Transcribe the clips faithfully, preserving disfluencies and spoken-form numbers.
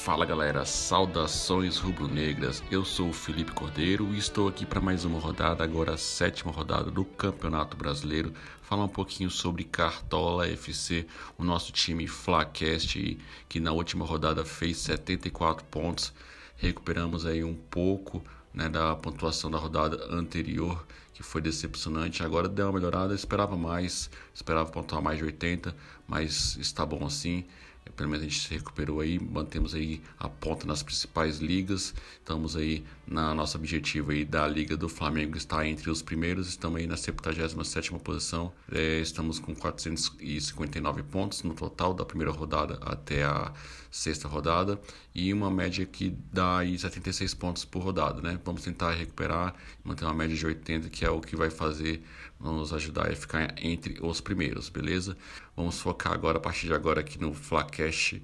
Fala galera, saudações rubro-negras, eu sou o Felipe Cordeiro e estou aqui para mais uma rodada, agora a sétima rodada do Campeonato Brasileiro, falar um pouquinho sobre Cartola F C, o nosso time Flacast, que na última rodada fez setenta e quatro pontos, recuperamos aí um pouco, né, da pontuação da rodada anterior, que foi decepcionante. Agora deu uma melhorada, esperava mais, esperava pontuar mais de oitenta, mas está bom assim. Pelo menos a gente se recuperou aí, mantemos aí a ponta nas principais ligas, estamos aí na nossa objetivo aí da Liga do Flamengo, está entre os primeiros, estamos aí na septuagésima sétima posição, é, estamos com quatrocentos e cinquenta e nove pontos no total da primeira rodada até a sexta rodada e uma média que dá aí setenta e seis pontos por rodada, né? Vamos tentar recuperar, manter uma média de oitenta, que é o que vai fazer, nos ajudar a ficar entre os primeiros, beleza? Vamos focar agora, a partir de agora, aqui no Flacast,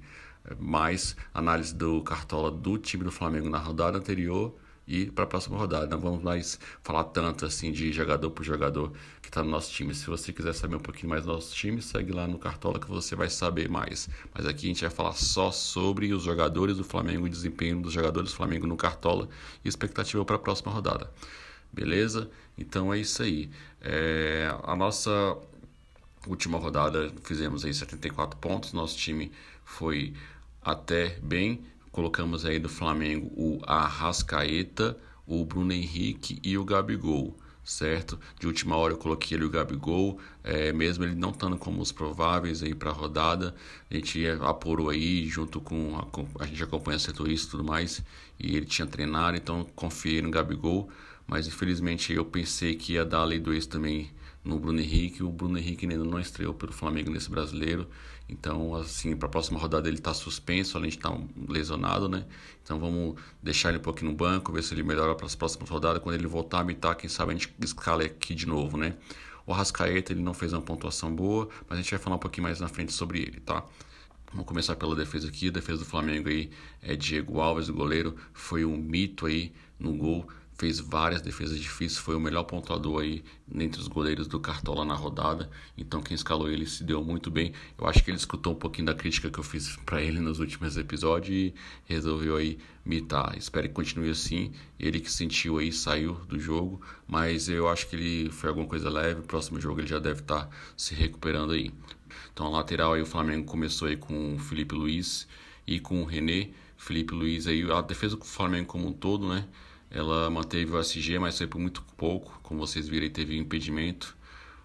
mais análise do Cartola do time do Flamengo na rodada anterior e para a próxima rodada. Não vamos mais falar tanto assim de jogador por jogador que está no nosso time. Se você quiser saber um pouquinho mais do nosso time, segue lá no Cartola que você vai saber mais. Mas aqui a gente vai falar só sobre os jogadores do Flamengo, o desempenho dos jogadores do Flamengo no Cartola e expectativa para a próxima rodada. Beleza? Então é isso aí. É, a nossa última rodada fizemos aí setenta e quatro pontos. Nosso time foi até bem. Colocamos aí do Flamengo o Arrascaeta, o Bruno Henrique e o Gabigol, certo? De última hora eu coloquei ele o Gabigol, é, mesmo ele não estando como os prováveis aí para a rodada, a gente apurou aí junto com a, a gente acompanha setorista e tudo mais, e ele tinha treinado, então confiei no Gabigol, mas infelizmente eu pensei que ia dar a lei do ex também no Bruno Henrique. O Bruno Henrique ainda não estreou pelo Flamengo nesse brasileiro, então assim, para a próxima rodada ele está suspenso, além de estar lesionado, né? Então vamos deixar ele um pouquinho no banco, ver se ele melhora para as próximas rodadas. Quando ele voltar a mitar, quem sabe a gente escala aqui de novo, né? O Arrascaeta, ele não fez uma pontuação boa, mas a gente vai falar um pouquinho mais na frente sobre ele, tá? Vamos começar pela defesa aqui. A defesa do Flamengo aí é Diego Alves, o goleiro, foi um mito aí no gol. Fez várias defesas difíceis, foi o melhor pontuador aí entre os goleiros do Cartola na rodada. Então quem escalou ele se deu muito bem. Eu acho que ele escutou um pouquinho da crítica que eu fiz para ele nos últimos episódios e resolveu aí mitar. Espero que continue assim. Ele que sentiu aí, saiu do jogo, mas eu acho que ele foi alguma coisa leve. O próximo jogo ele já deve estar se recuperando aí. Então, lateral aí o Flamengo começou aí com o Felipe Luiz e com o René. Felipe Luiz aí, a defesa do Flamengo como um todo, né? Ela manteve o S G, mas foi por muito pouco. Como vocês viram, teve impedimento.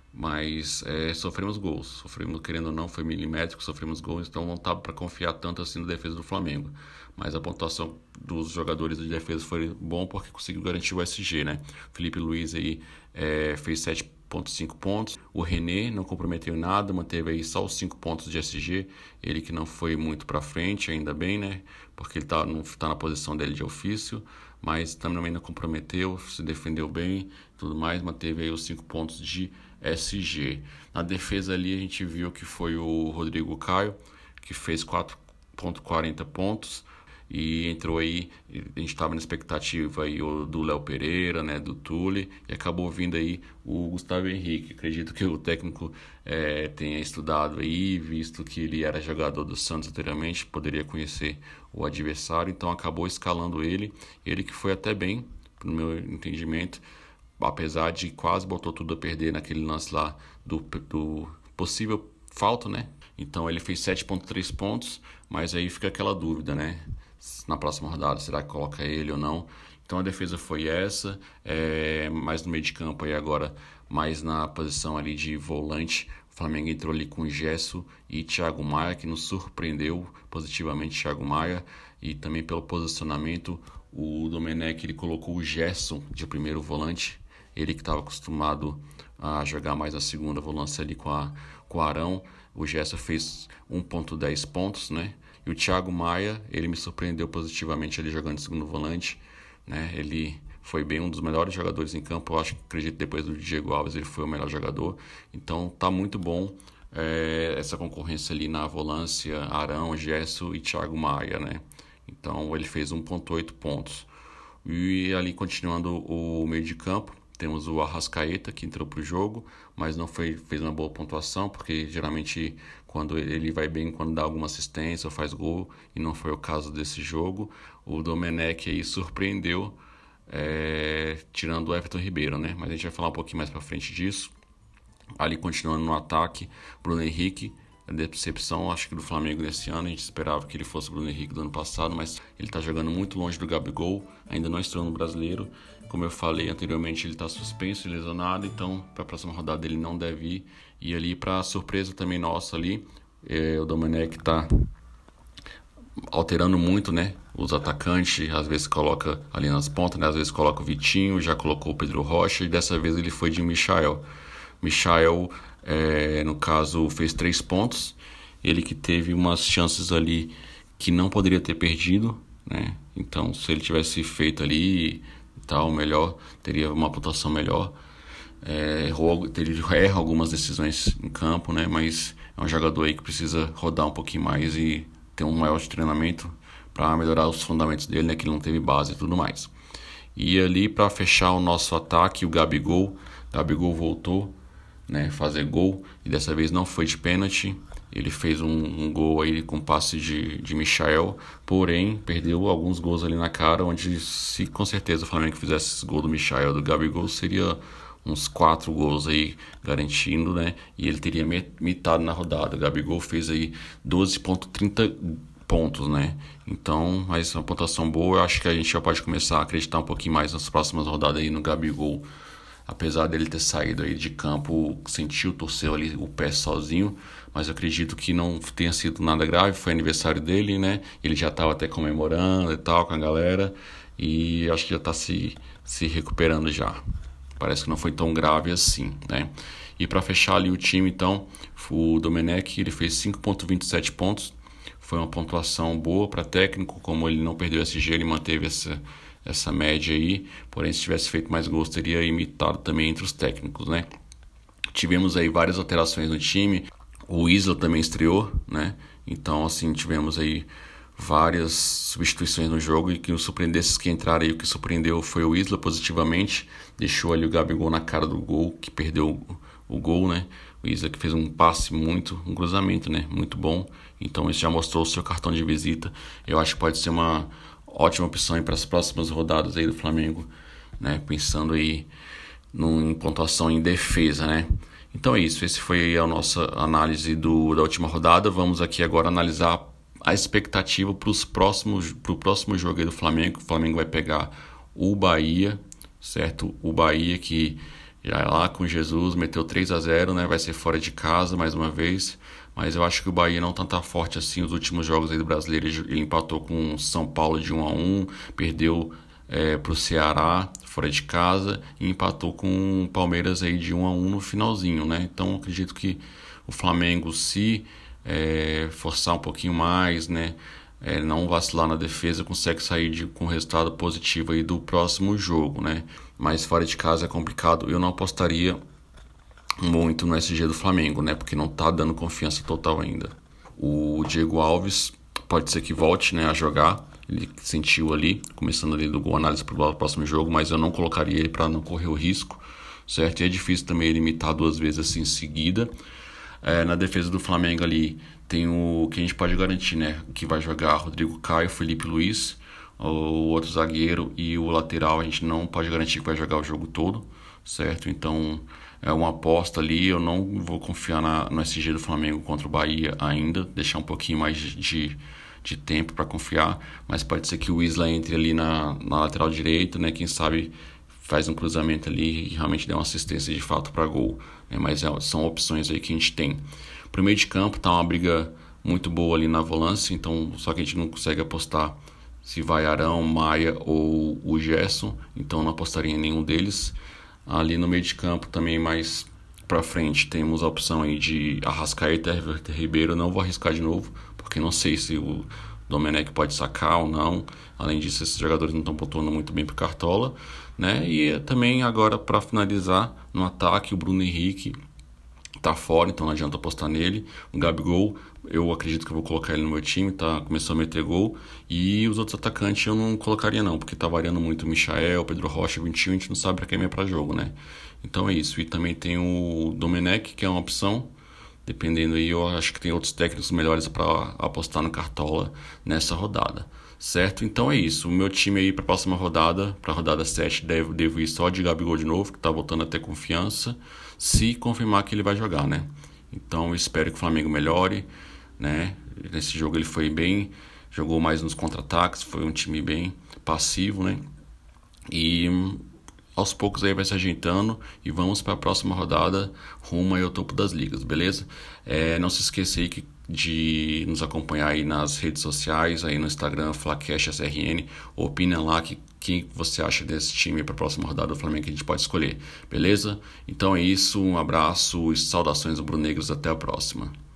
Mas é, sofremos gols. Sofremos, querendo ou não, foi milimétrico, sofremos gols. Então não estava para confiar tanto assim na defesa do Flamengo. Mas a pontuação dos jogadores de defesa foi bom porque conseguiu garantir o S G, né? Felipe Luiz aí é, fez sete vírgula cinco pontos. O René não comprometeu nada, manteve aí só os cinco pontos de S G. Ele que não foi muito para frente, ainda bem, né? Porque ele tá, não está na posição dele de ofício, mas também não comprometeu, se defendeu bem, tudo mais, manteve aí os cinco pontos de S G. Na defesa ali a gente viu que foi o Rodrigo Caio, que fez quatro vírgula quarenta pontos. E entrou aí, a gente estava na expectativa aí do Léo Pereira, né, do Tule, e acabou vindo aí o Gustavo Henrique. Acredito que o técnico é, tenha estudado aí, visto que ele era jogador do Santos anteriormente, poderia conhecer o adversário, então acabou escalando ele, ele que foi até bem, no meu entendimento, apesar de quase botou tudo a perder naquele lance lá do, do possível falta, né? Então ele fez sete vírgula três pontos, mas aí fica aquela dúvida, né? Na próxima rodada, será que coloca ele ou não? Então a defesa foi essa, é, mais no meio de campo aí agora, mais na posição ali de volante. O Flamengo entrou ali com Gesso e Thiago Maia, que nos surpreendeu positivamente, Thiago Maia, e também pelo posicionamento, o Domenech ele colocou o Gerson de primeiro volante, ele que estava acostumado a jogar mais a segunda volância ali com, a, com o Arão. O Gerson fez um vírgula dez pontos, né? E o Thiago Maia, ele me surpreendeu positivamente ele jogando de segundo volante, né? Ele foi bem um dos melhores jogadores em campo. Eu acho que, acredito, depois do Diego Alves, ele foi o melhor jogador. Então tá muito bom é, essa concorrência ali na volância, Arão, Gerson e Thiago Maia, né? Então ele fez um vírgula oito pontos. E ali continuando o meio de campo, temos o Arrascaeta, que entrou para o jogo, mas não foi, fez uma boa pontuação, porque geralmente quando ele vai bem, quando dá alguma assistência ou faz gol, e não foi o caso desse jogo. O Domenech aí surpreendeu, é, tirando o Everton Ribeiro, né? Mas a gente vai falar um pouquinho mais para frente disso. Ali continuando no ataque, Bruno Henrique, a decepção, acho que do Flamengo nesse ano. A gente esperava que ele fosse o Bruno Henrique do ano passado, mas ele está jogando muito longe do Gabigol, ainda não estreou no Brasileiro. Como eu falei anteriormente, ele está suspenso e lesionado, então para a próxima rodada ele não deve ir. E ali, para surpresa também nossa ali, é, o Domenech está alterando muito, né, os atacantes. Às vezes coloca ali nas pontas, né, às vezes coloca o Vitinho, já colocou o Pedro Rocha, e dessa vez ele foi de Michael. Michael, é, no caso, fez três pontos. Ele que teve umas chances ali que não poderia ter perdido, né? Então, se ele tivesse feito ali tal, melhor, teria uma pontuação melhor. É, errou, ele erra algumas decisões em campo, né? Mas é um jogador aí que precisa rodar um pouquinho mais e ter um maior treinamento para melhorar os fundamentos dele, né? Que ele não teve base e tudo mais. E ali, para fechar o nosso ataque, o Gabigol. Gabigol voltou, né, fazer gol, e dessa vez não foi de pênalti. Ele fez um, um gol aí com passe de, de Michael, porém perdeu alguns gols ali na cara, onde se com certeza o Flamengo fizesse esse gol do Michael, do Gabigol, seria uns quatro gols aí garantindo, né, e ele teria mitado na rodada. O Gabigol fez aí doze vírgula trinta pontos, né, então, mas uma pontuação boa. Eu acho que a gente já pode começar a acreditar um pouquinho mais nas próximas rodadas aí no Gabigol. Apesar dele ter saído aí de campo, sentiu, torceu ali o pé sozinho, mas eu acredito que não tenha sido nada grave. Foi aniversário dele, né? Ele já estava até comemorando e tal com a galera, e acho que já está se, se recuperando já. Parece que não foi tão grave assim, né? E para fechar ali o time, então, o Domenech, ele fez cinco vírgula vinte e sete pontos. Foi uma pontuação boa para técnico, como ele não perdeu S G, ele manteve essa... essa média aí, porém se tivesse feito mais gols teria imitado também entre os técnicos, né? Tivemos aí várias alterações no time, o Isla também estreou, né? Então assim, tivemos aí várias substituições no jogo, e que os surpreendentes que entraram aí, o que surpreendeu foi o Isla positivamente, deixou ali o Gabigol na cara do gol, que perdeu o, o gol, né? O Isla que fez um passe muito, um cruzamento, né? Muito bom, então isso já mostrou o seu cartão de visita. Eu acho que pode ser uma ótima opção para as próximas rodadas aí do Flamengo, né? Pensando aí num, em pontuação em defesa, né? Então é isso, esse foi a nossa análise do, da última rodada. Vamos aqui agora analisar a expectativa para os próximos, para o próximo jogo aí do Flamengo. O Flamengo vai pegar o Bahia, certo? O Bahia que já lá com Jesus meteu três a zero, né? Vai ser fora de casa mais uma vez. Mas eu acho que o Bahia não tá tão forte assim. Os últimos jogos aí do Brasileiro, ele empatou com o São Paulo de um a um, perdeu é, para o Ceará fora de casa e empatou com o Palmeiras aí de um a um no finalzinho, né? Então acredito que o Flamengo, se é, forçar um pouquinho mais, né, é, não vacilar na defesa, consegue sair de, com resultado positivo aí do próximo jogo, né? Mas fora de casa é complicado. Eu não apostaria muito no S G do Flamengo, né? Porque não tá dando confiança total ainda. O Diego Alves pode ser que volte, né, a jogar. Ele sentiu ali, começando ali do gol, análise para o próximo jogo, mas eu não colocaria ele para não correr o risco, certo? E é difícil também ele imitar duas vezes assim em seguida. É, na defesa do Flamengo ali tem o que a gente pode garantir, né? Que vai jogar Rodrigo Caio, Felipe Luiz, o outro zagueiro e o lateral a gente não pode garantir que vai jogar o jogo todo, certo? Então é uma aposta ali. Eu não vou confiar na, no S G do Flamengo contra o Bahia ainda, deixar um pouquinho mais de, de, de tempo para confiar, mas pode ser que o Isla entre ali na, na lateral direita, né? Quem sabe faz um cruzamento ali e realmente dá uma assistência de fato para gol, né? Mas é, são opções aí que a gente tem. Pro meio de campo tá uma briga muito boa ali na volância, então só que a gente não consegue apostar se vai Arão, Maia ou o Gerson, então não apostaria em nenhum deles. Ali no meio de campo também mais para frente temos a opção aí de Arrascaeta, Everton Ribeiro. Não vou arriscar de novo, porque não sei se o Domenech pode sacar ou não. Além disso, esses jogadores não estão pontuando muito bem pro Cartola, né? E também agora, para finalizar, no ataque, o Bruno Henrique está tá fora, então não adianta apostar nele. O Gabigol, eu acredito que eu vou colocar ele no meu time, tá? Começou a meter gol. E os outros atacantes eu não colocaria não, porque tá variando muito o Michael, Pedro Rocha, vinte e um, a gente não sabe pra quem é pra jogo, né? Então é isso. E também tem o Domenech, que é uma opção. Dependendo aí, eu acho que tem outros técnicos melhores para apostar no Cartola nessa rodada, certo? Então é isso. O meu time aí para a próxima rodada, para a rodada sete, devo, devo ir só de Gabigol de novo, que tá voltando a ter confiança, se confirmar que ele vai jogar, né? Então eu espero que o Flamengo melhore, né? Nesse jogo ele foi bem, jogou mais nos contra-ataques, foi um time bem passivo, né? E aos poucos aí vai se ajeitando e vamos para a próxima rodada rumo aí ao topo das ligas, beleza? É, não se esqueça aí que, de nos acompanhar aí nas redes sociais, aí no Instagram, FlaCashSRN, opina lá que quem você acha desse time para a próxima rodada do Flamengo que a gente pode escolher, beleza? Então é isso, um abraço e saudações rubro-negros, até a próxima.